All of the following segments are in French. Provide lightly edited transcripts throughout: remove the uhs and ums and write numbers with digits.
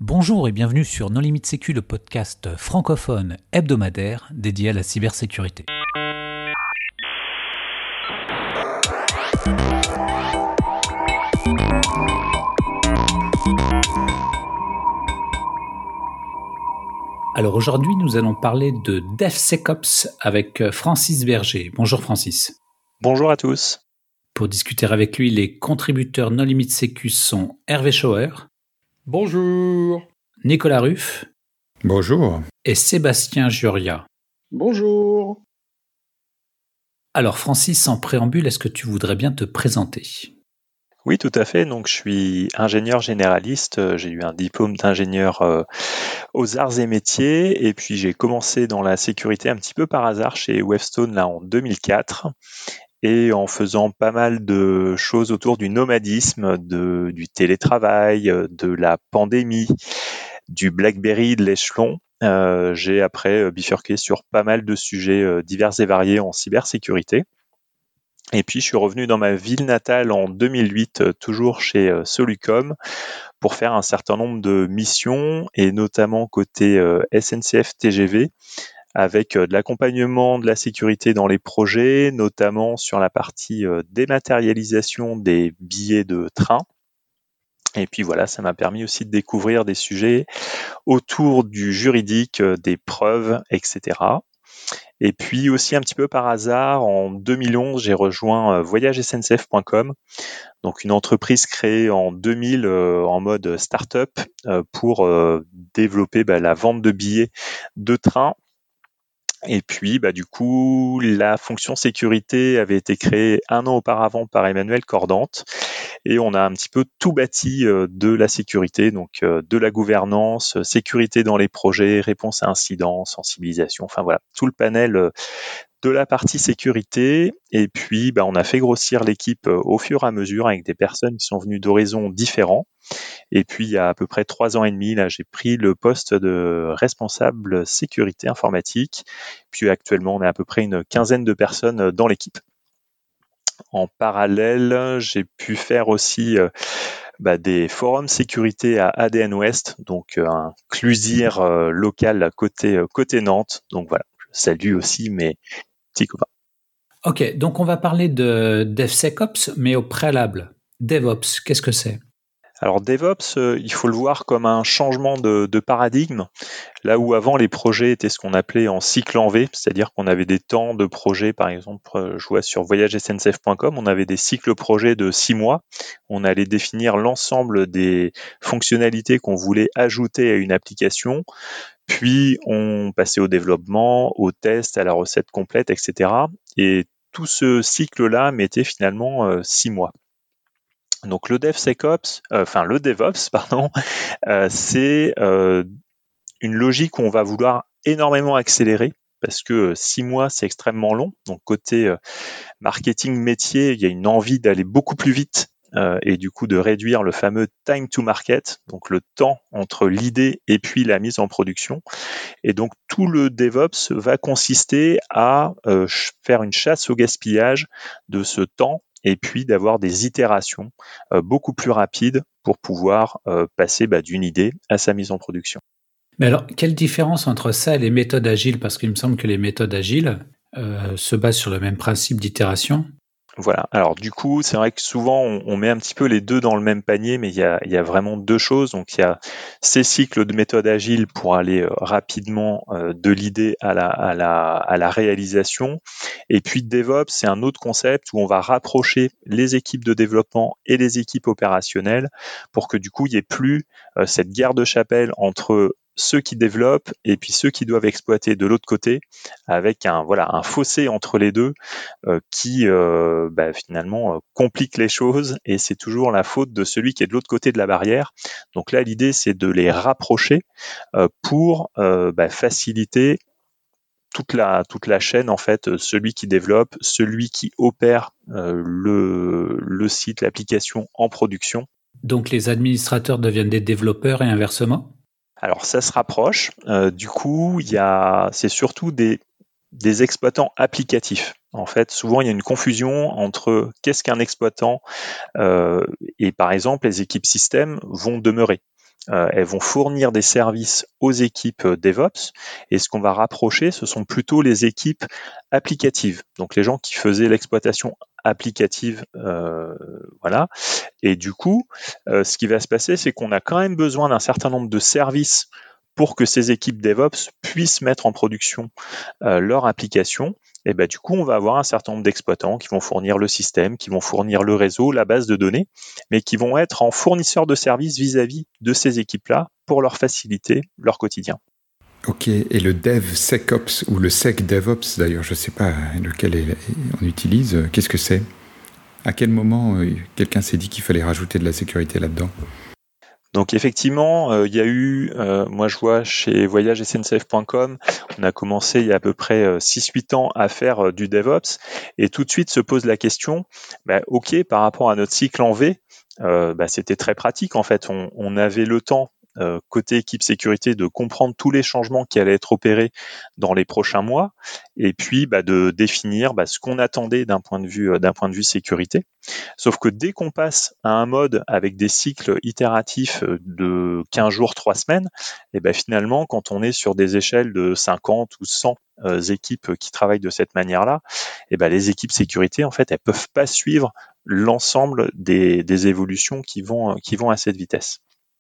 Bonjour et bienvenue sur Non Limite Sécu, le podcast francophone hebdomadaire dédié à la cybersécurité. Alors aujourd'hui, nous allons parler de DevSecOps avec Francis Berger. Bonjour Francis. Bonjour à tous. Pour discuter avec lui, les contributeurs Non Limite Sécu sont Hervé Schauer. Bonjour. Nicolas Ruff. Bonjour. Et Sébastien Gioria. Bonjour. Alors Francis, sans préambule, est-ce que tu voudrais bien te présenter ? Oui, tout à fait. Donc, je suis ingénieur généraliste. J'ai eu un diplôme d'ingénieur aux arts et métiers. Et puis, j'ai commencé dans la sécurité un petit peu par hasard chez Wavestone là en 2004. Et en faisant pas mal de choses autour du nomadisme, du télétravail, de la pandémie, du BlackBerry, de l'échelon. J'ai après bifurqué sur pas mal de sujets divers et variés en cybersécurité. Et puis, je suis revenu dans ma ville natale en 2008, toujours chez Solucom, pour faire un certain nombre de missions, et notamment côté SNCF TGV, avec de l'accompagnement de la sécurité dans les projets, notamment sur la partie dématérialisation des billets de train. Et puis voilà, ça m'a permis aussi de découvrir des sujets autour du juridique, des preuves, etc. Et puis aussi un petit peu par hasard, en 2011, j'ai rejoint voyagesncf.com, donc une entreprise créée en 2000 en mode start-up pour développer la vente de billets de train. Et puis, du coup, la fonction sécurité avait été créée un an auparavant par Emmanuel Cordante, et on a un petit peu tout bâti de la sécurité, donc de la gouvernance, sécurité dans les projets, réponse à incidents, sensibilisation, enfin voilà, tout le panel de la partie sécurité. Et puis, on a fait grossir l'équipe au fur et à mesure avec des personnes qui sont venues d'horizons différents. Et puis, il y a à peu près 3 ans et demi, là, j'ai pris le poste de responsable sécurité informatique. Puis actuellement, on est à peu près une quinzaine de personnes dans l'équipe. En parallèle, j'ai pu faire aussi des forums sécurité à ADN Ouest, donc un CLUSIR local côté Nantes. Donc voilà, je salue aussi mes petits copains. Ok, donc on va parler de DevSecOps, mais au préalable. DevOps, qu'est-ce que c'est ? Alors DevOps, il faut le voir comme un changement de paradigme. Là où avant les projets étaient ce qu'on appelait en cycle en V, c'est-à-dire qu'on avait des temps de projet, par exemple, je vois sur voyagesncf.com, on avait des cycles projets de 6 mois. On allait définir l'ensemble des fonctionnalités qu'on voulait ajouter à une application, puis on passait au développement, au test, à la recette complète, etc. Et tout ce cycle-là mettait finalement 6 mois. Donc le DevOps, c'est une logique où on va vouloir énormément accélérer, parce que 6 mois, c'est extrêmement long. Donc côté marketing métier, il y a une envie d'aller beaucoup plus vite et du coup de réduire le fameux time to market, donc le temps entre l'idée et puis la mise en production. Et donc tout le DevOps va consister à faire une chasse au gaspillage de ce temps, et puis d'avoir des itérations beaucoup plus rapides pour pouvoir passer d'une idée à sa mise en production. Mais alors, quelle différence entre ça et les méthodes agiles ? Parce qu'il me semble que les méthodes agiles se basent sur le même principe d'itération. Voilà. Alors du coup, c'est vrai que souvent on met un petit peu les deux dans le même panier, mais il y a vraiment deux choses. Donc il y a ces cycles de méthode agile pour aller rapidement de l'idée à la réalisation. Et puis DevOps, c'est un autre concept où on va rapprocher les équipes de développement et les équipes opérationnelles pour que du coup il n'y ait plus cette guerre de chapelle entre ceux qui développent et puis ceux qui doivent exploiter de l'autre côté, avec un fossé entre les deux qui finalement complique les choses, et c'est toujours la faute de celui qui est de l'autre côté de la barrière. Donc là, l'idée, c'est de les rapprocher pour faciliter toute la chaîne, en fait, celui qui développe, celui qui opère le site, l'application en production. Donc les administrateurs deviennent des développeurs et inversement ? Alors ça se rapproche. Du coup, c'est surtout des exploitants applicatifs. En fait, souvent, il y a une confusion entre qu'est-ce qu'un exploitant et par exemple, les équipes système vont demeurer. elles vont fournir des services aux équipes DevOps, et ce qu'on va rapprocher, ce sont plutôt les équipes applicatives, donc les gens qui faisaient l'exploitation applicative, voilà. Et du coup, ce qui va se passer, c'est qu'on a quand même besoin d'un certain nombre de services pour que ces équipes DevOps puissent mettre en production leur application. Et ben, du coup, on va avoir un certain nombre d'exploitants qui vont fournir le système, qui vont fournir le réseau, la base de données, mais qui vont être en fournisseurs de services vis-à-vis de ces équipes-là pour leur faciliter leur quotidien. Ok, et le DevSecOps ou le SecDevOps, d'ailleurs, je ne sais pas lequel on utilise, qu'est-ce que c'est ? À quel moment quelqu'un s'est dit qu'il fallait rajouter de la sécurité là-dedans ? Donc effectivement, il y a eu, moi je vois chez voyagesncf.com, on a commencé il y a à peu près 6-8 ans à faire du DevOps, et tout de suite se pose la question, ok, par rapport à notre cycle en V, c'était très pratique en fait, on avait le temps, côté équipe sécurité, de comprendre tous les changements qui allaient être opérés dans les prochains mois, et puis de définir ce qu'on attendait d'un point de vue sécurité. Sauf que dès qu'on passe à un mode avec des cycles itératifs de 15 jours, 3 semaines, et finalement, quand on est sur des échelles de 50 ou 100 équipes qui travaillent de cette manière-là, les équipes sécurité, en fait, elles peuvent pas suivre l'ensemble des évolutions qui vont à cette vitesse.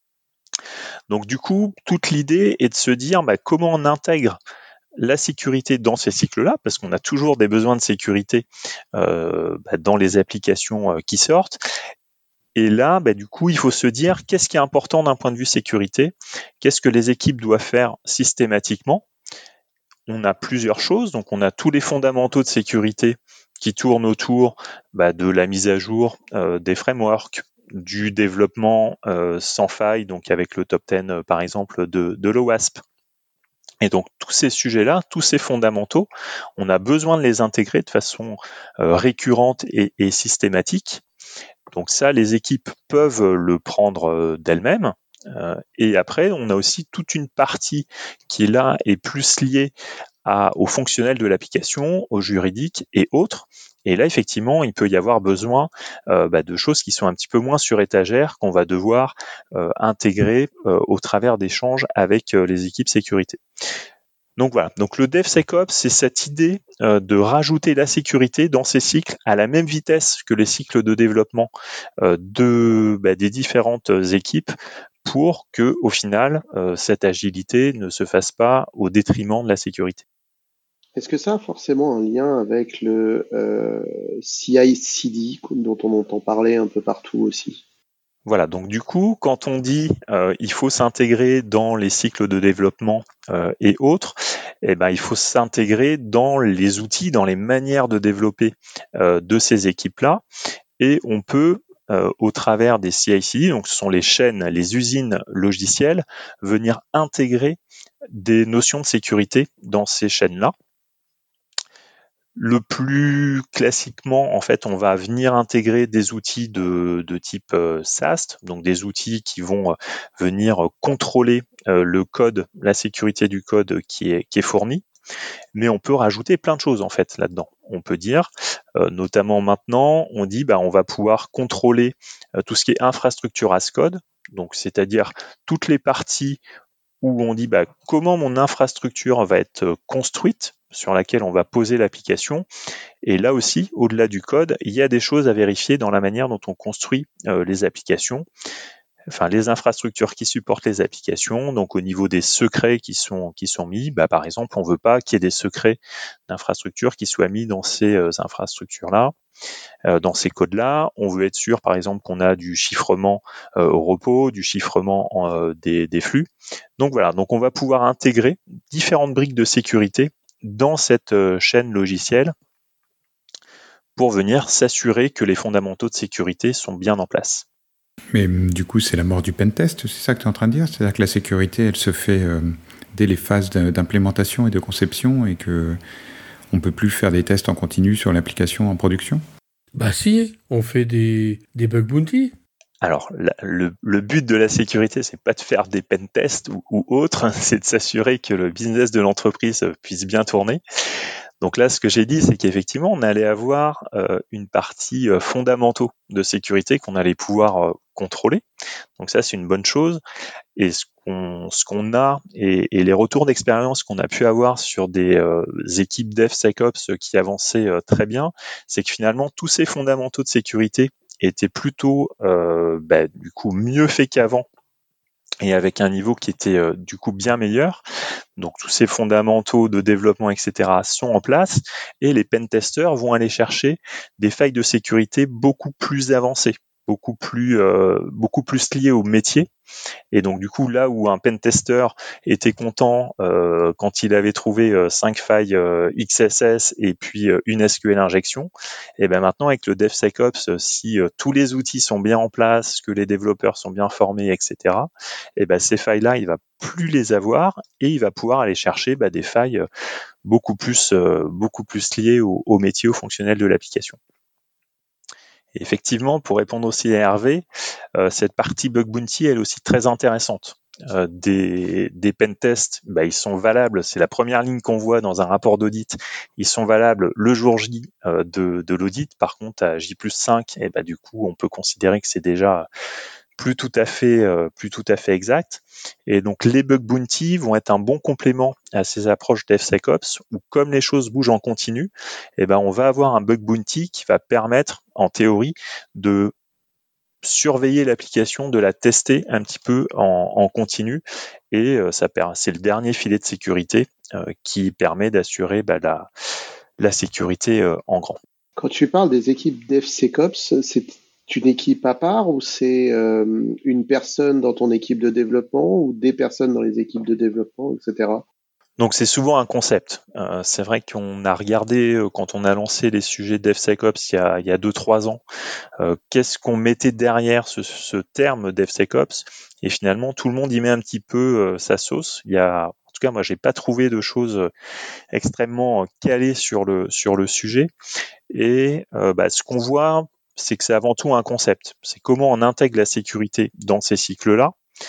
Donc du coup, toute l'idée est de se dire comment on intègre la sécurité dans ces cycles-là, parce qu'on a toujours des besoins de sécurité dans les applications qui sortent. Et là, du coup, il faut se dire qu'est-ce qui est important d'un point de vue sécurité, qu'est-ce que les équipes doivent faire systématiquement. On a plusieurs choses, donc on a tous les fondamentaux de sécurité qui tournent autour de la mise à jour des frameworks, du développement sans faille, donc avec le top 10 par exemple de l'OWASP. Et donc tous ces sujets-là, tous ces fondamentaux, on a besoin de les intégrer de façon récurrente et systématique. Donc ça, les équipes peuvent le prendre d'elles-mêmes. Et après, on a aussi toute une partie qui là est plus liée au fonctionnel de l'application, au juridique et autres. Et là, effectivement, il peut y avoir besoin de choses qui sont un petit peu moins sur étagère, qu'on va devoir intégrer au travers d'échanges avec les équipes sécurité. Donc voilà, donc le DevSecOps, c'est cette idée de rajouter la sécurité dans ces cycles à la même vitesse que les cycles de développement des différentes équipes, pour que, au final, cette agilité ne se fasse pas au détriment de la sécurité. Est-ce que ça a forcément un lien avec le CI/CD dont on entend parler un peu partout aussi ? Voilà, donc du coup, quand on dit il faut s'intégrer dans les cycles de développement et autres, il faut s'intégrer dans les outils, dans les manières de développer de ces équipes-là, et on peut au travers des CI/CD, donc ce sont les chaînes, les usines logicielles, venir intégrer des notions de sécurité dans ces chaînes-là. Le plus classiquement, en fait, on va venir intégrer des outils de type SAST, donc des outils qui vont venir contrôler le code, la sécurité du code qui est fourni. Mais on peut rajouter plein de choses en fait là-dedans. On peut dire, notamment maintenant, on dit on va pouvoir contrôler tout ce qui est infrastructure as code, donc c'est-à-dire toutes les parties où on dit comment mon infrastructure va être construite, sur laquelle on va poser l'application. Et là aussi, au-delà du code, il y a des choses à vérifier dans la manière dont on construit les applications, enfin les infrastructures qui supportent les applications. Donc au niveau des secrets qui sont mis, par exemple, on ne veut pas qu'il y ait des secrets d'infrastructure qui soient mis dans ces infrastructures-là. Dans ces codes-là, on veut être sûr, par exemple, qu'on a du chiffrement au repos, du chiffrement des flux. Donc voilà, donc on va pouvoir intégrer différentes briques de sécurité dans cette chaîne logicielle pour venir s'assurer que les fondamentaux de sécurité sont bien en place. Mais du coup, c'est la mort du pentest, c'est ça que tu es en train de dire ? C'est-à-dire que la sécurité, elle se fait dès les phases d'implémentation et de conception, et qu'on ne peut plus faire des tests en continu sur l'application en production ? Si, on fait des bug bounty. Alors, le but de la sécurité, c'est pas de faire des pen tests ou autre, c'est de s'assurer que le business de l'entreprise puisse bien tourner. Donc là, ce que j'ai dit, c'est qu'effectivement, on allait avoir une partie fondamentaux de sécurité qu'on allait pouvoir contrôlé. Donc ça, c'est une bonne chose. Et ce qu'on a et les retours d'expérience qu'on a pu avoir sur des équipes DevSecOps qui avançaient très bien, c'est que finalement tous ces fondamentaux de sécurité étaient plutôt du coup mieux faits qu'avant et avec un niveau qui était du coup bien meilleur. Donc tous ces fondamentaux de développement, etc. sont en place et les pentesters vont aller chercher des failles de sécurité beaucoup plus avancées, beaucoup plus liées au métier. Et donc du coup, là où un pentester était content quand il avait trouvé 5 failles XSS et puis une SQL injection, et ben maintenant avec le DevSecOps, si tous les outils sont bien en place, que les développeurs sont bien formés, etc., et ben ces failles-là, il va plus les avoir et il va pouvoir aller chercher des failles beaucoup plus liées au métier, au fonctionnel de l'application. Et effectivement, pour répondre aussi à Hervé, cette partie bug bounty, elle est aussi très intéressante. Des pentests, ils sont valables, c'est la première ligne qu'on voit dans un rapport d'audit, ils sont valables le jour J de l'audit. Par contre, à J+5, du coup, on peut considérer que c'est déjà plus tout à fait exact. Et donc les bug bounty vont être un bon complément à ces approches DevSecOps où comme les choses bougent en continu, on va avoir un bug bounty qui va permettre en théorie de surveiller l'application, de la tester un petit peu en continu et c'est le dernier filet de sécurité qui permet d'assurer la sécurité en grand. Quand tu parles des équipes DevSecOps, c'est une équipe à part ou c'est une personne dans ton équipe de développement ou des personnes dans les équipes de développement, etc. Donc c'est souvent un concept. C'est vrai qu'on a regardé quand on a lancé les sujets DevSecOps il y a 2-3 ans, qu'est-ce qu'on mettait derrière ce terme DevSecOps, et finalement tout le monde y met un petit peu sa sauce. En tout cas, moi j'ai pas trouvé de choses extrêmement calées sur le sujet. Et ce qu'on voit, c'est que c'est avant tout un concept. C'est comment on intègre la sécurité dans ces cycles-là.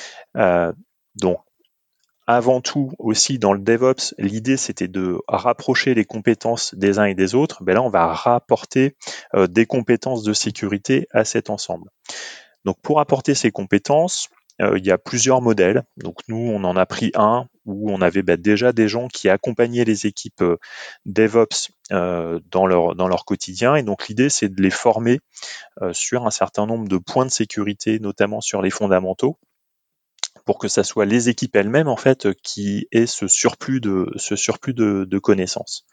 Donc, avant tout, aussi dans le DevOps, l'idée c'était de rapprocher les compétences des uns et des autres. Là, on va rapporter des compétences de sécurité à cet ensemble. Donc, pour apporter ces compétences, il y a plusieurs modèles. Donc, nous, on en a pris un où on avait déjà des gens qui accompagnaient les équipes DevOps dans leur quotidien. Et donc, l'idée, c'est de les former sur un certain nombre de points de sécurité, notamment sur les fondamentaux, pour que ça soit les équipes elles-mêmes en fait qui aient ce surplus de connaissances.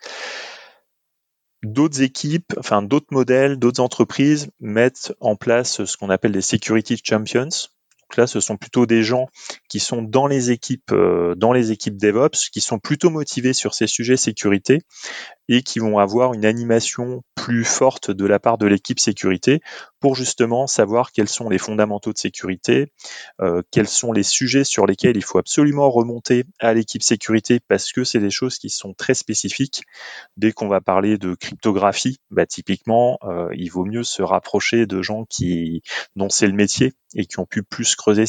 D'autres équipes, d'autres modèles, d'autres entreprises mettent en place ce qu'on appelle des security champions. Donc là, ce sont plutôt des gens qui sont dans les équipes DevOps, qui sont plutôt motivés sur ces sujets sécurité et qui vont avoir une animation plus forte de la part de l'équipe sécurité pour justement savoir quels sont les fondamentaux de sécurité, quels sont les sujets sur lesquels il faut absolument remonter à l'équipe sécurité parce que c'est des choses qui sont très spécifiques. Dès qu'on va parler de cryptographie, typiquement, il vaut mieux se rapprocher de gens dont c'est le métier et qui ont pu plus creuser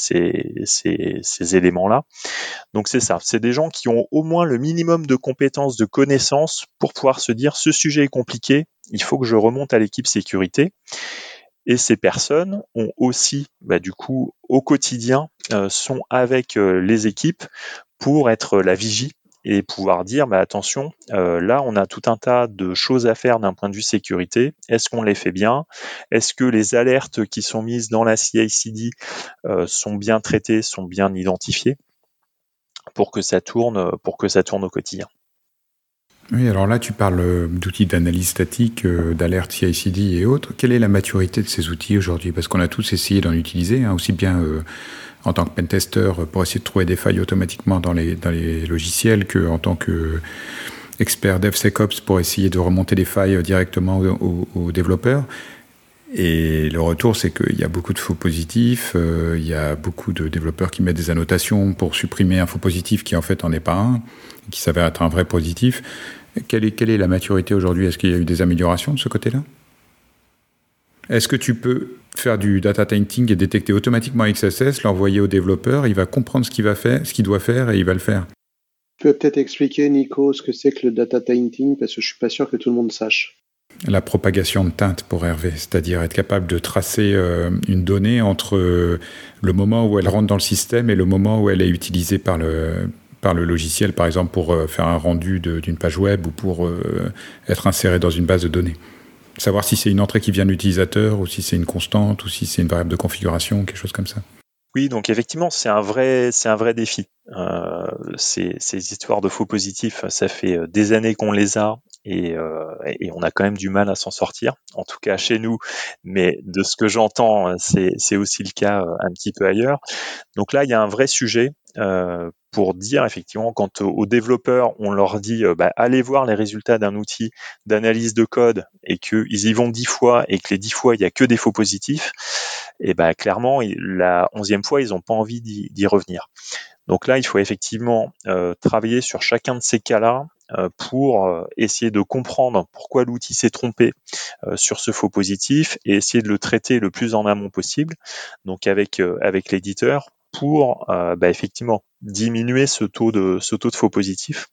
ces éléments-là. Donc c'est ça, c'est des gens qui ont au moins le minimum de compétences, de connaissances pour pouvoir se dire ce sujet est compliqué, il faut que je remonte à l'équipe sécurité. Et ces personnes ont aussi, du coup, au quotidien, sont avec les équipes pour être la vigie et pouvoir dire attention, là on a tout un tas de choses à faire d'un point de vue sécurité. Est-ce qu'on les fait bien? Est-ce que les alertes qui sont mises dans la CI/CD sont bien traitées, sont bien identifiées pour que ça tourne au quotidien? Oui, alors là, tu parles d'outils d'analyse statique, d'alerte CI/CD et autres. Quelle est la maturité de ces outils aujourd'hui? Parce qu'on a tous essayé d'en utiliser, aussi bien en tant que pentester pour essayer de trouver des failles automatiquement dans les logiciels qu'en tant qu'expert DevSecOps pour essayer de remonter des failles directement aux développeurs. Et le retour, c'est qu'il y a beaucoup de faux positifs, il y a beaucoup de développeurs qui mettent des annotations pour supprimer un faux positif qui en fait n'en est pas un, qui s'avère être un vrai positif. Quelle est la maturité aujourd'hui? Est-ce qu'il y a eu des améliorations de ce côté-là? Est-ce que tu peux faire du data tainting et détecter automatiquement XSS, l'envoyer au développeur, il va comprendre ce qu'il doit faire et il va le faire? Tu peux peut-être expliquer, Nico, ce que c'est que le data tainting, parce que je suis pas sûr que tout le monde sache. La propagation de teintes pour Hervé, c'est-à-dire être capable de tracer une donnée entre le moment où elle rentre dans le système et le moment où elle est utilisée par le logiciel, par exemple pour faire un rendu d'une page web ou pour être insérée dans une base de données. Savoir si c'est une entrée qui vient de l'utilisateur ou si c'est une constante ou si c'est une variable de configuration, quelque chose comme ça. Oui, donc effectivement, c'est un vrai défi. Ces histoires de faux positifs, ça fait des années qu'on les a et on a quand même du mal à s'en sortir, en tout cas chez nous, mais de ce que j'entends, c'est aussi le cas un petit peu ailleurs. Donc là, il y a un vrai sujet pour dire effectivement, quand aux développeurs, on leur dit allez voir les résultats d'un outil d'analyse de code et qu'ils y vont 10 fois et que les 10 fois, il n'y a que des faux positifs, et clairement, la 11e fois, ils n'ont pas envie d'y revenir. Donc là, il faut effectivement travailler sur chacun de ces cas-là pour essayer de comprendre pourquoi l'outil s'est trompé sur ce faux positif et essayer de le traiter le plus en amont possible, donc avec l'éditeur, pour effectivement diminuer ce taux de faux positifs.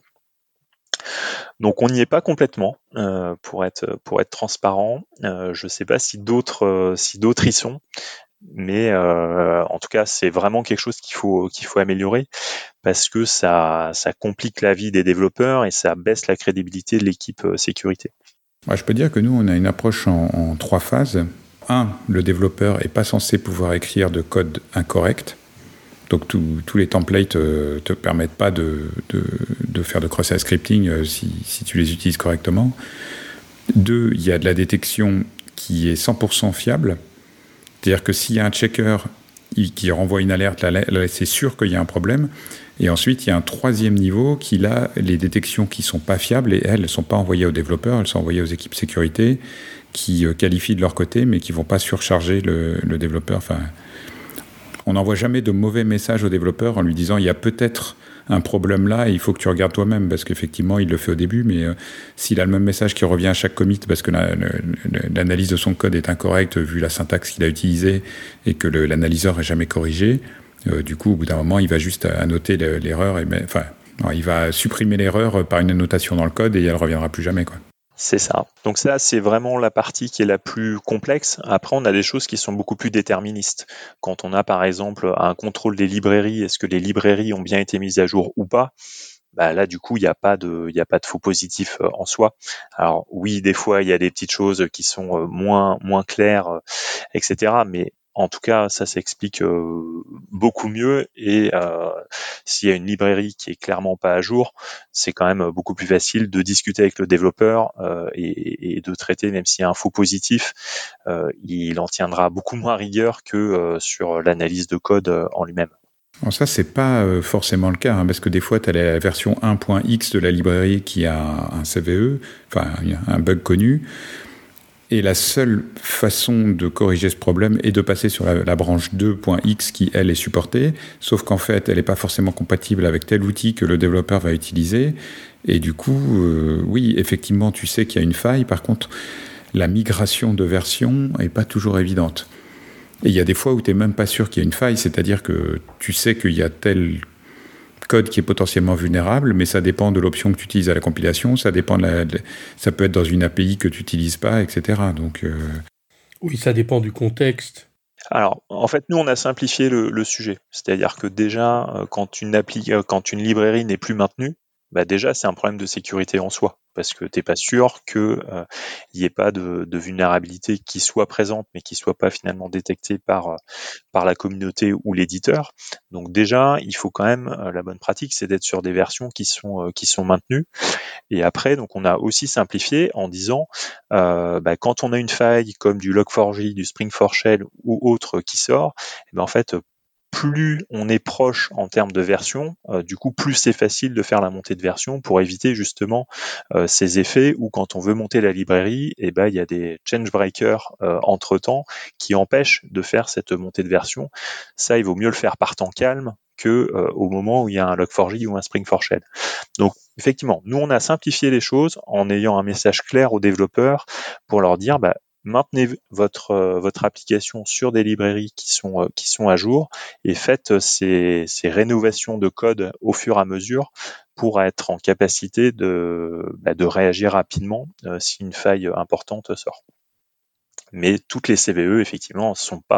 Donc on n'y est pas complètement, pour être transparent. Je ne sais pas si d'autres y sont, mais en tout cas c'est vraiment quelque chose qu'il faut améliorer, parce que ça complique la vie des développeurs et ça baisse la crédibilité de l'équipe sécurité. Ouais, je peux dire que nous on a une approche en 3 phases. 1, le développeur n'est pas censé pouvoir écrire de code incorrect. Donc tous les templates te permettent pas de faire de cross-site scripting si tu les utilises correctement. 2, il y a de la détection qui est 100% fiable. C'est-à-dire que s'il y a un checker qui renvoie une alerte, là, c'est sûr qu'il y a un problème. Et ensuite, il y a un 3e niveau qui a les détections qui ne sont pas fiables et elles ne sont pas envoyées aux développeurs, elles sont envoyées aux équipes sécurité qui qualifient de leur côté mais qui ne vont pas surcharger le développeur. Enfin, on n'envoie jamais de mauvais messages au développeur en lui disant il y a peut-être un problème là et il faut que tu regardes toi-même, parce qu'effectivement il le fait au début, mais s'il a le même message qui revient à chaque commit parce que l'analyse de son code est incorrecte vu la syntaxe qu'il a utilisée et que l'analyseur n'est jamais corrigé, du coup au bout d'un moment il va juste annoter l'erreur il va supprimer l'erreur par une annotation dans le code et elle ne reviendra plus jamais, quoi. C'est ça. Donc ça, c'est vraiment la partie qui est la plus complexe. Après, on a des choses qui sont beaucoup plus déterministes. Quand on a, par exemple, un contrôle des librairies, est-ce que les librairies ont bien été mises à jour ou pas? Là, du coup, il n'y a pas de faux positifs en soi. Alors oui, des fois, il y a des petites choses qui sont moins claires, etc. Mais en tout cas, ça s'explique beaucoup mieux, et s'il y a une librairie qui est clairement pas à jour, c'est quand même beaucoup plus facile de discuter avec le développeur et de traiter, même s'il y a un faux positif, il en tiendra beaucoup moins rigueur que sur l'analyse de code en lui-même. Alors ça, c'est pas forcément le cas, parce que des fois, tu as la version 1.x de la librairie qui a un CVE, enfin un bug connu. Et la seule façon de corriger ce problème est de passer sur la branche 2.x qui, elle, est supportée, sauf qu'en fait, elle n'est pas forcément compatible avec tel outil que le développeur va utiliser. Et du coup, oui, effectivement, tu sais qu'il y a une faille. Par contre, la migration de version n'est pas toujours évidente. Et il y a des fois où tu n'es même pas sûr qu'il y a une faille, c'est-à-dire que tu sais qu'il y a tel code qui est potentiellement vulnérable, mais ça dépend de l'option que tu utilises à la compilation, ça dépend ça peut être dans une API que tu n'utilises pas, etc. Donc, Oui, ça dépend du contexte. Alors, en fait, nous, on a simplifié le sujet. C'est-à-dire que déjà, quand une librairie n'est plus maintenue, déjà, c'est un problème de sécurité en soi, parce que t'es pas sûr que y ait pas de vulnérabilité qui soit présente, mais qui soit pas finalement détectée par la communauté ou l'éditeur. Donc déjà, il faut quand même, la bonne pratique, c'est d'être sur des versions qui sont maintenues. Et après, donc on a aussi simplifié en disant, quand on a une faille comme du Log4j, du Spring4Shell ou autre qui sort, en fait, plus on est proche en termes de version, du coup plus c'est facile de faire la montée de version pour éviter justement ces effets où quand on veut monter la librairie, il y a des change breakers entre temps qui empêchent de faire cette montée de version. Ça, il vaut mieux le faire par temps calme que au moment où il y a un Log4j ou un Spring4Shell. Donc effectivement, nous on a simplifié les choses en ayant un message clair aux développeurs pour leur dire maintenez votre application sur des librairies qui sont à jour et faites ces rénovations de code au fur et à mesure pour être en capacité de réagir rapidement si une faille importante sort. Mais toutes les CVE, effectivement,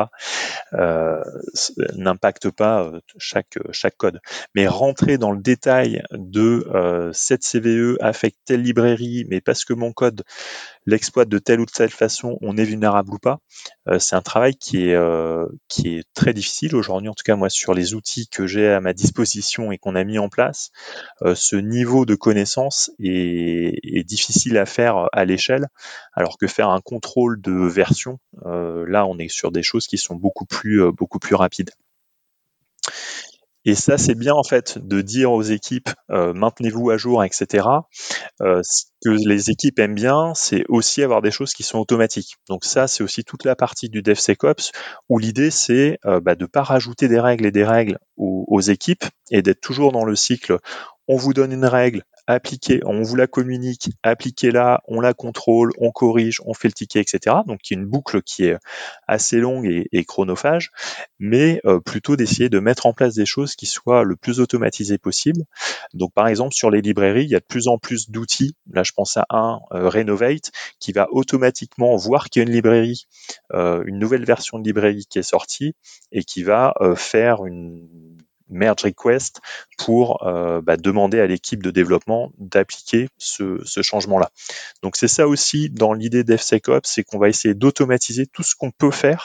n'impactent pas chaque code. Mais rentrer dans le détail de cette CVE affecte telle librairie, mais parce que mon code l'exploite de telle ou telle façon, on est vulnérable ou pas, c'est un travail qui est très difficile aujourd'hui. En tout cas, moi, sur les outils que j'ai à ma disposition et qu'on a mis en place, ce niveau de connaissance est difficile à faire à l'échelle, alors que faire un contrôle de version, là, on est sur des choses qui sont beaucoup plus rapides. Et ça, c'est bien en fait de dire aux équipes maintenez-vous à jour, etc. Ce que les équipes aiment bien, c'est aussi avoir des choses qui sont automatiques. Donc ça, c'est aussi toute la partie du DevSecOps où l'idée, c'est de pas rajouter des règles aux équipes et d'être toujours dans le cycle. On vous donne une règle, appliquez, on vous la communique, appliquez-la, on la contrôle, on corrige, on fait le ticket, etc. Donc il y a une boucle qui est assez longue et chronophage, mais plutôt d'essayer de mettre en place des choses qui soient le plus automatisées possible. Donc par exemple sur les librairies, il y a de plus en plus d'outils. Là je pense à Renovate, qui va automatiquement voir qu'il y a une librairie, une nouvelle version de librairie qui est sortie et qui va faire une merge request pour demander à l'équipe de développement d'appliquer ce changement-là. Donc c'est ça aussi dans l'idée DevSecOps, c'est qu'on va essayer d'automatiser tout ce qu'on peut faire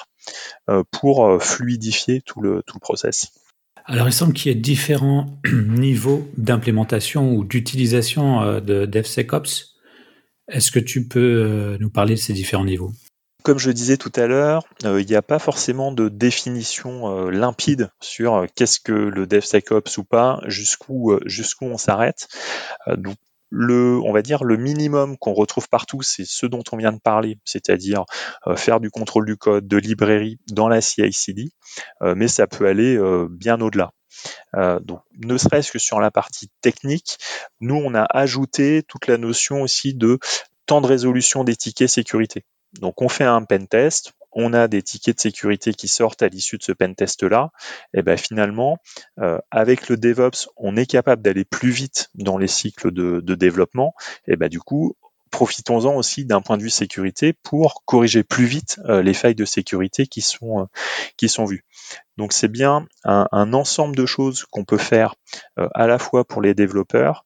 pour fluidifier tout le process. Alors il semble qu'il y ait différents niveaux d'implémentation ou d'utilisation de DevSecOps. Est-ce que tu peux nous parler de ces différents niveaux ? Comme je disais tout à l'heure, il n'y a pas forcément de définition limpide sur qu'est-ce que le DevSecOps ou pas, jusqu'où on s'arrête. Donc on va dire le minimum qu'on retrouve partout, c'est ce dont on vient de parler, c'est-à-dire faire du contrôle du code, de librairie dans la CI/CD, mais ça peut aller bien au-delà. Donc, ne serait-ce que sur la partie technique, nous on a ajouté toute la notion aussi de temps de résolution des tickets sécurité. Donc on fait un pentest, on a des tickets de sécurité qui sortent à l'issue de ce pentest-là, et ben finalement, avec le DevOps, on est capable d'aller plus vite dans les cycles de développement, et ben du coup, profitons-en aussi d'un point de vue sécurité pour corriger plus vite les failles de sécurité qui sont vues. Donc c'est bien un ensemble de choses qu'on peut faire à la fois pour les développeurs,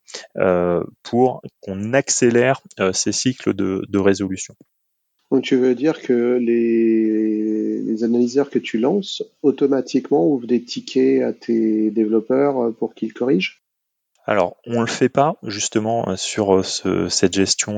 pour qu'on accélère ces cycles de résolution. Donc tu veux dire que les analyseurs que tu lances automatiquement ouvrent des tickets à tes développeurs pour qu'ils corrigent ? Alors, on le fait pas justement sur cette gestion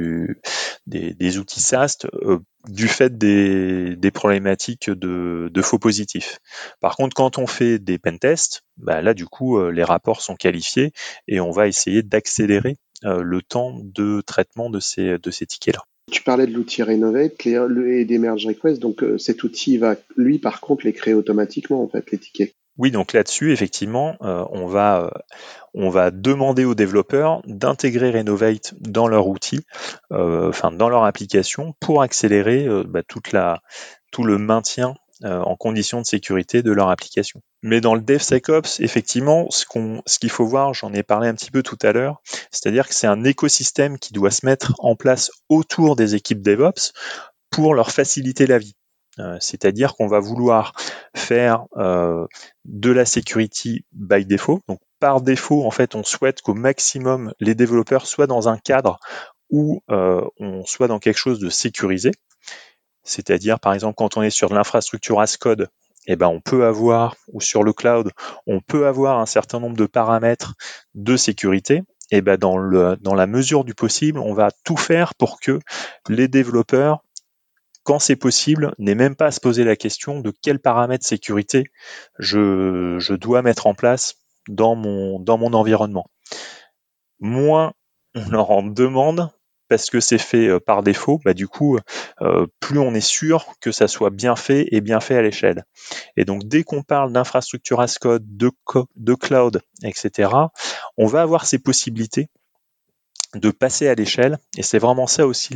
des outils SAST du fait des problématiques de faux positifs. Par contre, quand on fait des pentests, là du coup les rapports sont qualifiés et on va essayer d'accélérer le temps de traitement de ces tickets-là. Tu parlais de l'outil Renovate et des merge requests, donc cet outil va, lui, par contre, les créer automatiquement, en fait, les tickets. Oui, donc là-dessus, effectivement, on va demander aux développeurs d'intégrer Renovate dans leur outil, dans leur application, pour accélérer tout le maintien en conditions de sécurité de leur application. Mais dans le DevSecOps, effectivement, ce qu'il faut voir, j'en ai parlé un petit peu tout à l'heure, c'est-à-dire que c'est un écosystème qui doit se mettre en place autour des équipes DevOps pour leur faciliter la vie. C'est-à-dire qu'on va vouloir faire de la security by default. Donc par défaut, en fait, on souhaite qu'au maximum les développeurs soient dans un cadre où on soit dans quelque chose de sécurisé. C'est-à-dire, par exemple, quand on est sur de l'infrastructure as code, on peut avoir, ou sur le cloud, on peut avoir un certain nombre de paramètres de sécurité. Et dans la mesure du possible, on va tout faire pour que les développeurs, quand c'est possible, n'aient même pas à se poser la question de quels paramètres sécurité je dois mettre en place dans mon environnement. Moins on leur en demande, parce que c'est fait par défaut, du coup, plus on est sûr que ça soit bien fait et bien fait à l'échelle. Et donc, dès qu'on parle d'infrastructure as code, de cloud, etc., on va avoir ces possibilités de passer à l'échelle. Et c'est vraiment ça aussi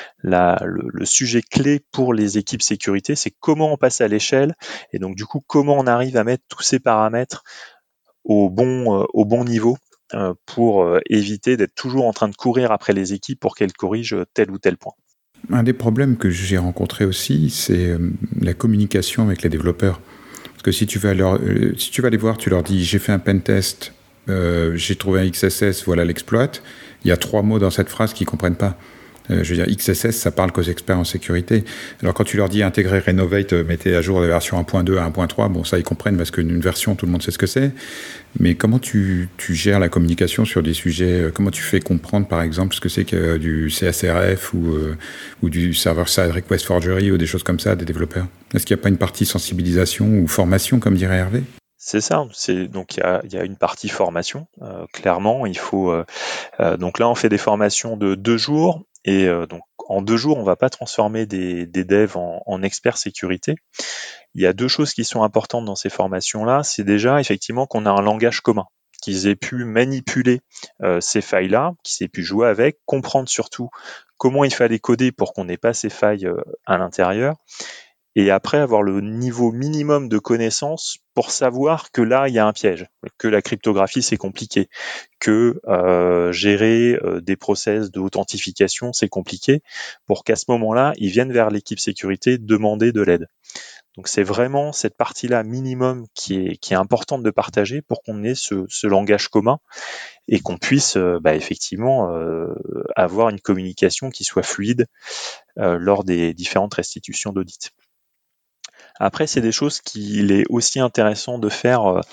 le sujet clé pour les équipes sécurité, c'est comment on passe à l'échelle et donc du coup comment on arrive à mettre tous ces paramètres au bon niveau pour éviter d'être toujours en train de courir après les équipes pour qu'elles corrigent tel ou tel point. Un des problèmes que j'ai rencontré aussi, c'est la communication avec les développeurs. Parce que si tu vas les voir, tu leur dis « j'ai fait un pentest, j'ai trouvé un XSS, voilà l'exploit », il y a 3 mots dans cette phrase qu'ils ne comprennent pas. Je veux dire, XSS, ça parle qu'aux experts en sécurité. Alors quand tu leur dis intégrer Renovate, mettez à jour la version 1.2 à 1.3, bon ça ils comprennent parce qu'une version, tout le monde sait ce que c'est. Mais comment tu gères la communication sur des sujets, comment tu fais comprendre par exemple ce que c'est que du CSRF ou du Server-Side Request Forgery ou des choses comme ça des développeurs? Est-ce qu'il n'y a pas une partie sensibilisation ou formation comme dirait Hervé? C'est ça, donc il y a une partie formation, clairement, il faut donc là on fait des formations de 2 jours et donc en 2 jours on va pas transformer des devs en experts sécurité. Il y a 2 choses qui sont importantes dans ces formations-là, c'est déjà effectivement qu'on a un langage commun, qu'ils aient pu manipuler ces failles-là, qu'ils aient pu jouer avec, comprendre surtout comment il fallait coder pour qu'on n'ait pas ces failles à l'intérieur. Et après avoir le niveau minimum de connaissances pour savoir que là il y a un piège, que la cryptographie c'est compliqué, que gérer des process d'authentification c'est compliqué, pour qu'à ce moment-là ils viennent vers l'équipe sécurité demander de l'aide. Donc c'est vraiment cette partie-là minimum qui est importante de partager pour qu'on ait ce langage commun et qu'on puisse effectivement avoir une communication qui soit fluide lors des différentes restitutions d'audit. Après, c'est des choses qu'il est aussi intéressant de faire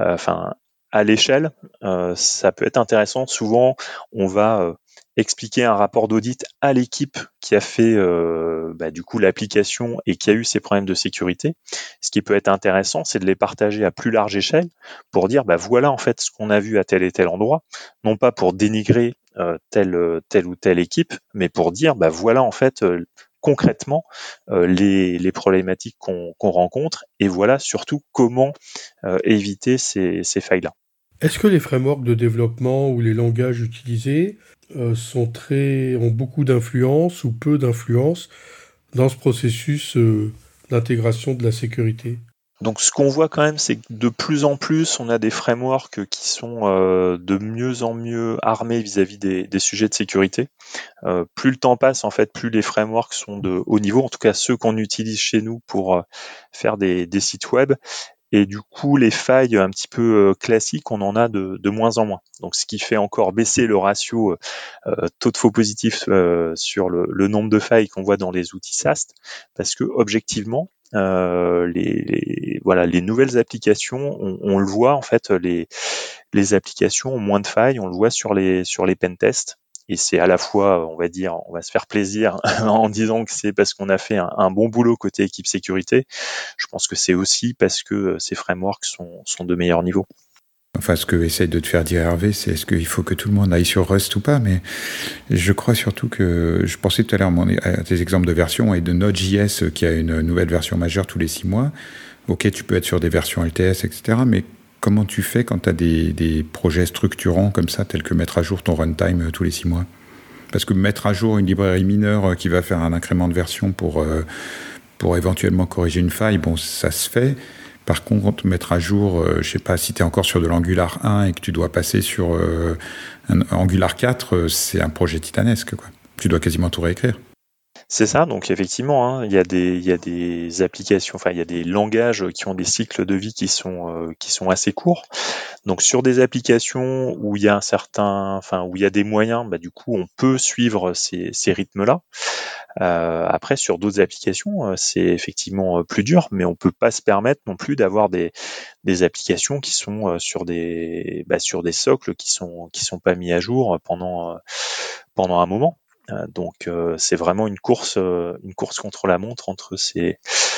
à l'échelle. Ça peut être intéressant. Souvent, on va expliquer un rapport d'audit à l'équipe qui a fait du coup l'application et qui a eu ces problèmes de sécurité. Ce qui peut être intéressant, c'est de les partager à plus large échelle pour dire voilà en fait ce qu'on a vu à tel et tel endroit, non pas pour dénigrer telle ou telle équipe, mais pour dire voilà en fait concrètement les problématiques qu'on rencontre et voilà surtout comment éviter ces failles-là. Est-ce que les frameworks de développement ou les langages utilisés ont beaucoup d'influence ou peu d'influence dans ce processus d'intégration de la sécurité? Donc ce qu'on voit quand même, c'est que de plus en plus, on a des frameworks qui sont de mieux en mieux armés vis-à-vis des sujets de sécurité. Plus le temps passe, en fait, plus les frameworks sont de haut niveau, en tout cas ceux qu'on utilise chez nous pour faire des sites web. Et du coup, les failles un petit peu classiques, on en a de moins en moins. Donc ce qui fait encore baisser le ratio taux de faux positifs sur le nombre de failles qu'on voit dans les outils SAST, parce que objectivement, les nouvelles applications, on le voit en fait, les applications ont moins de failles, on le voit sur les pentests. Et c'est à la fois, on va dire, on va se faire plaisir en disant que c'est parce qu'on a fait un bon boulot côté équipe sécurité. Je pense que c'est aussi parce que ces frameworks sont de meilleur niveau. Enfin, ce que essaye de te faire dire Hervé, c'est est-ce qu'il faut que tout le monde aille sur Rust ou pas, mais je crois surtout que, je pensais tout à l'heure à tes exemples de versions et de Node.js qui a une nouvelle version majeure tous les 6 mois. Ok, tu peux être sur des versions LTS, etc., mais comment tu fais quand tu as des projets structurants comme ça, tels que mettre à jour ton runtime tous les 6 mois? Parce que mettre à jour une librairie mineure qui va faire un incrément de version pour éventuellement corriger une faille, bon, ça se fait. Par contre, mettre à jour, je sais pas, si tu es encore sur de l'Angular 1 et que tu dois passer sur un Angular 4, c'est un projet titanesque, quoi. Tu dois quasiment tout réécrire. C'est ça, donc effectivement, il y a des applications, enfin il y a des langages qui ont des cycles de vie qui sont assez courts. Donc sur des applications où il y a où il y a des moyens, du coup on peut suivre ces rythmes-là. Après sur d'autres applications, c'est effectivement plus dur, mais on peut pas se permettre non plus d'avoir des applications qui sont sur des socles qui sont pas mis à jour pendant un moment. Donc c'est vraiment une course contre la montre entre ces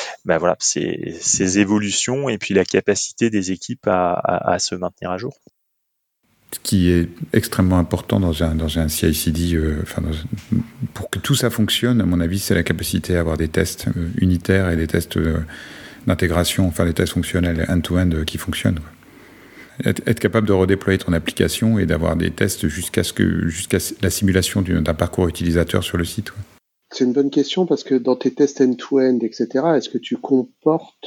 évolutions et puis la capacité des équipes à se maintenir à jour. Ce qui est extrêmement important dans un CI/CD, pour que tout ça fonctionne, à mon avis, c'est la capacité à avoir des tests unitaires et des tests d'intégration, enfin des tests fonctionnels end-to-end qui fonctionnent, quoi. Être capable de redéployer ton application et d'avoir des tests jusqu'à la simulation d'un parcours utilisateur sur le site. Ouais. C'est une bonne question parce que dans tes tests end-to-end, etc., est-ce que tu comportes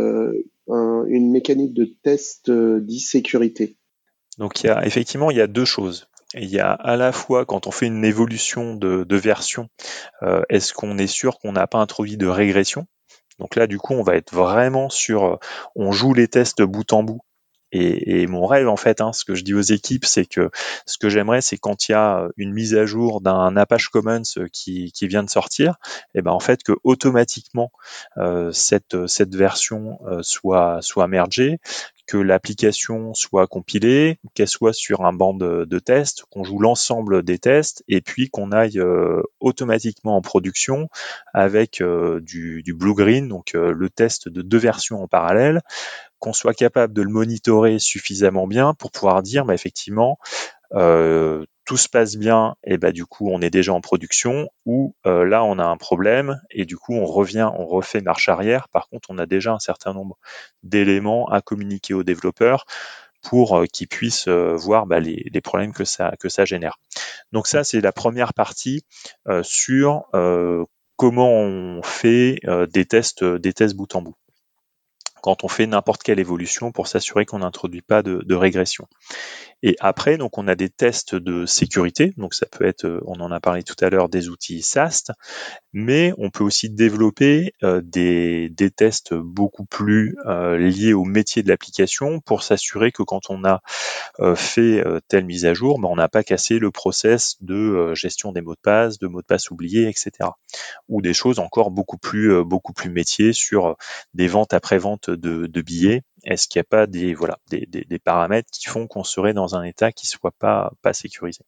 une mécanique de test d'e-sécurité? Donc il y a deux choses. Il y a à la fois quand on fait une évolution de version, est-ce qu'on est sûr qu'on n'a pas introduit de régression? Donc là, du coup, on va être vraiment sur, on joue les tests bout en bout. Et mon rêve, en fait, ce que je dis aux équipes, c'est que ce que j'aimerais, c'est quand il y a une mise à jour d'un Apache Commons qui vient de sortir, et ben en fait que automatiquement cette version soit mergée, que l'application soit compilée, qu'elle soit sur un banc de tests, qu'on joue l'ensemble des tests, et puis qu'on aille automatiquement en production avec du blue-green, donc le test de deux versions en parallèle, qu'on soit capable de le monitorer suffisamment bien pour pouvoir dire effectivement tout se passe bien et du coup on est déjà en production, ou là on a un problème et du coup on refait marche arrière. Par contre on a déjà un certain nombre d'éléments à communiquer aux développeurs pour qu'ils puissent voir les problèmes que ça génère. Donc ça c'est la première partie sur comment on fait des tests bout en bout quand on fait n'importe quelle évolution pour s'assurer qu'on n'introduit pas de régression. Et après, donc on a des tests de sécurité, donc ça peut être, on en a parlé tout à l'heure, des outils SAST, mais on peut aussi développer des tests beaucoup plus liés au métier de l'application pour s'assurer que quand on a fait telle mise à jour, on n'a pas cassé le process de gestion des mots de passe oubliés, etc. Ou des choses encore beaucoup plus métiers sur des ventes après-vente de billets. Est-ce qu'il n'y a pas des paramètres qui font qu'on serait dans un état qui soit pas sécurisé?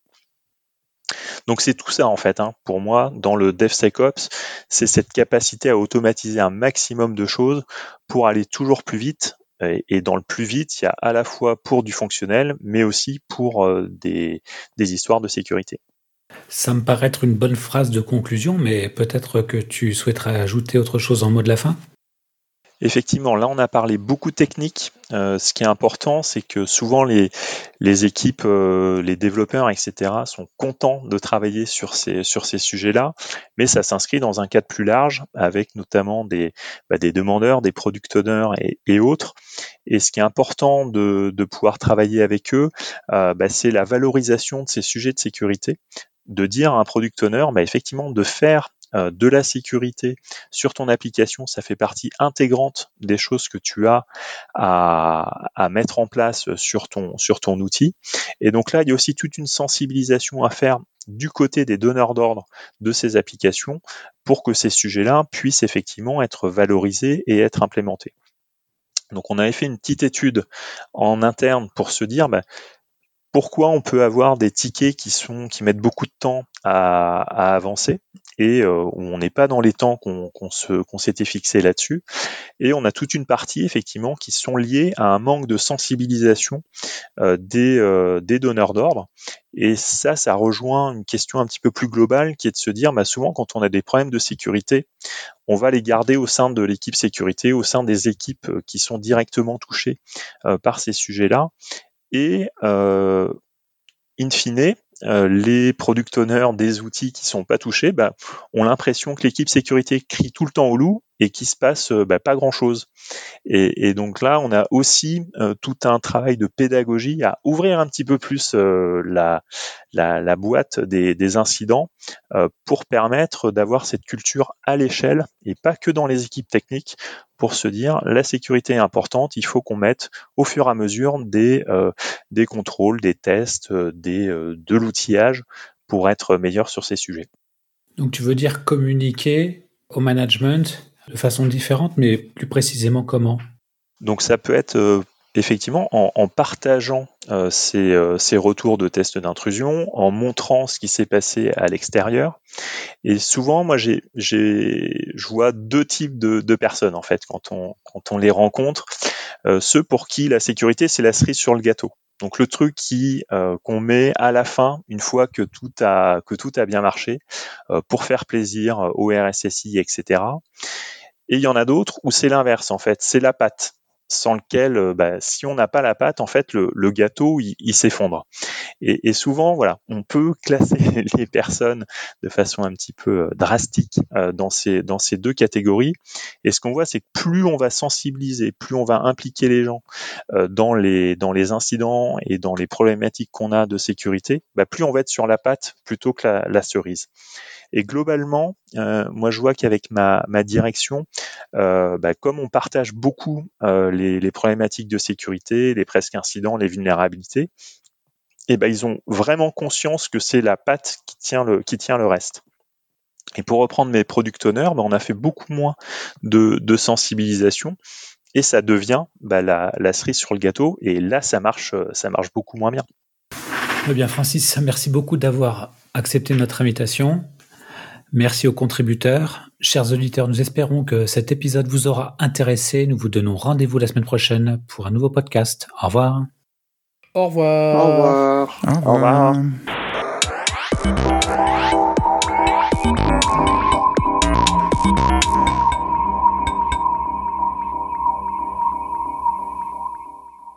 Donc c'est tout ça en fait, pour moi, dans le DevSecOps, c'est cette capacité à automatiser un maximum de choses pour aller toujours plus vite. Et dans le plus vite, il y a à la fois pour du fonctionnel, mais aussi pour des histoires de sécurité. Ça me paraît être une bonne phrase de conclusion, mais peut-être que tu souhaiterais ajouter autre chose en mot de la fin? Effectivement, là on a parlé beaucoup technique. Ce qui est important, c'est que souvent les équipes, les développeurs, etc., sont contents de travailler sur ces sujets-là, mais ça s'inscrit dans un cadre plus large, avec notamment des demandeurs, des product owners et autres. Et ce qui est important de pouvoir travailler avec eux, c'est la valorisation de ces sujets de sécurité, de dire à un product owner, effectivement, de faire de la sécurité sur ton application, ça fait partie intégrante des choses que tu as à mettre en place sur ton outil. Et donc là, il y a aussi toute une sensibilisation à faire du côté des donneurs d'ordre de ces applications pour que ces sujets-là puissent effectivement être valorisés et être implémentés. Donc on avait fait une petite étude en interne pour se dire pourquoi on peut avoir des tickets qui mettent beaucoup de temps à avancer et où on n'est pas dans les temps qu'on s'était fixé là-dessus. Et on a toute une partie effectivement qui sont liées à un manque de sensibilisation des donneurs d'ordre. Et ça rejoint une question un petit peu plus globale qui est de se dire souvent quand on a des problèmes de sécurité, on va les garder au sein de l'équipe sécurité, au sein des équipes qui sont directement touchées par ces sujets-là. Et in fine, les product owners des outils qui sont pas touchés ont l'impression que l'équipe sécurité crie tout le temps au loup et qu'il se passe pas grand-chose. Et donc là, on a aussi tout un travail de pédagogie à ouvrir un petit peu plus la boîte des incidents pour permettre d'avoir cette culture à l'échelle et pas que dans les équipes techniques, pour se dire la sécurité est importante, il faut qu'on mette au fur et à mesure des contrôles, des tests, de l'outillage pour être meilleur sur ces sujets. Donc tu veux dire communiquer au management de façon différente, mais plus précisément comment? Donc ça peut être effectivement en partageant ces retours de tests d'intrusion, en montrant ce qui s'est passé à l'extérieur. Et souvent, moi, je vois deux types de personnes en fait quand on les rencontre. Ceux pour qui la sécurité c'est la cerise sur le gâteau. Donc le truc qu'on met à la fin, une fois que tout a bien marché, pour faire plaisir au RSSI, etc. Et il y en a d'autres où c'est l'inverse en fait, c'est la pâte. sans lequel, si on n'a pas la pâte, en fait, le gâteau, il s'effondre. Et souvent, voilà, on peut classer les personnes de façon un petit peu drastique dans ces deux catégories. Et ce qu'on voit, c'est que plus on va sensibiliser, plus on va impliquer les gens dans les incidents et dans les problématiques qu'on a de sécurité, plus on va être sur la pâte plutôt que la cerise. Et globalement, moi je vois qu'avec ma direction, comme on partage beaucoup les problématiques de sécurité, les presque incidents, les vulnérabilités, ils ont vraiment conscience que c'est la pâte qui tient le reste. Et pour reprendre mes product owners, on a fait beaucoup moins de sensibilisation et ça devient la cerise sur le gâteau. Et là, ça marche beaucoup moins bien. Eh bien, Francis, merci beaucoup d'avoir accepté notre invitation. Merci aux contributeurs. Chers auditeurs, nous espérons que cet épisode vous aura intéressé. Nous vous donnons rendez-vous la semaine prochaine pour un nouveau podcast. Au revoir. Au revoir. Au revoir. Au revoir. Au revoir.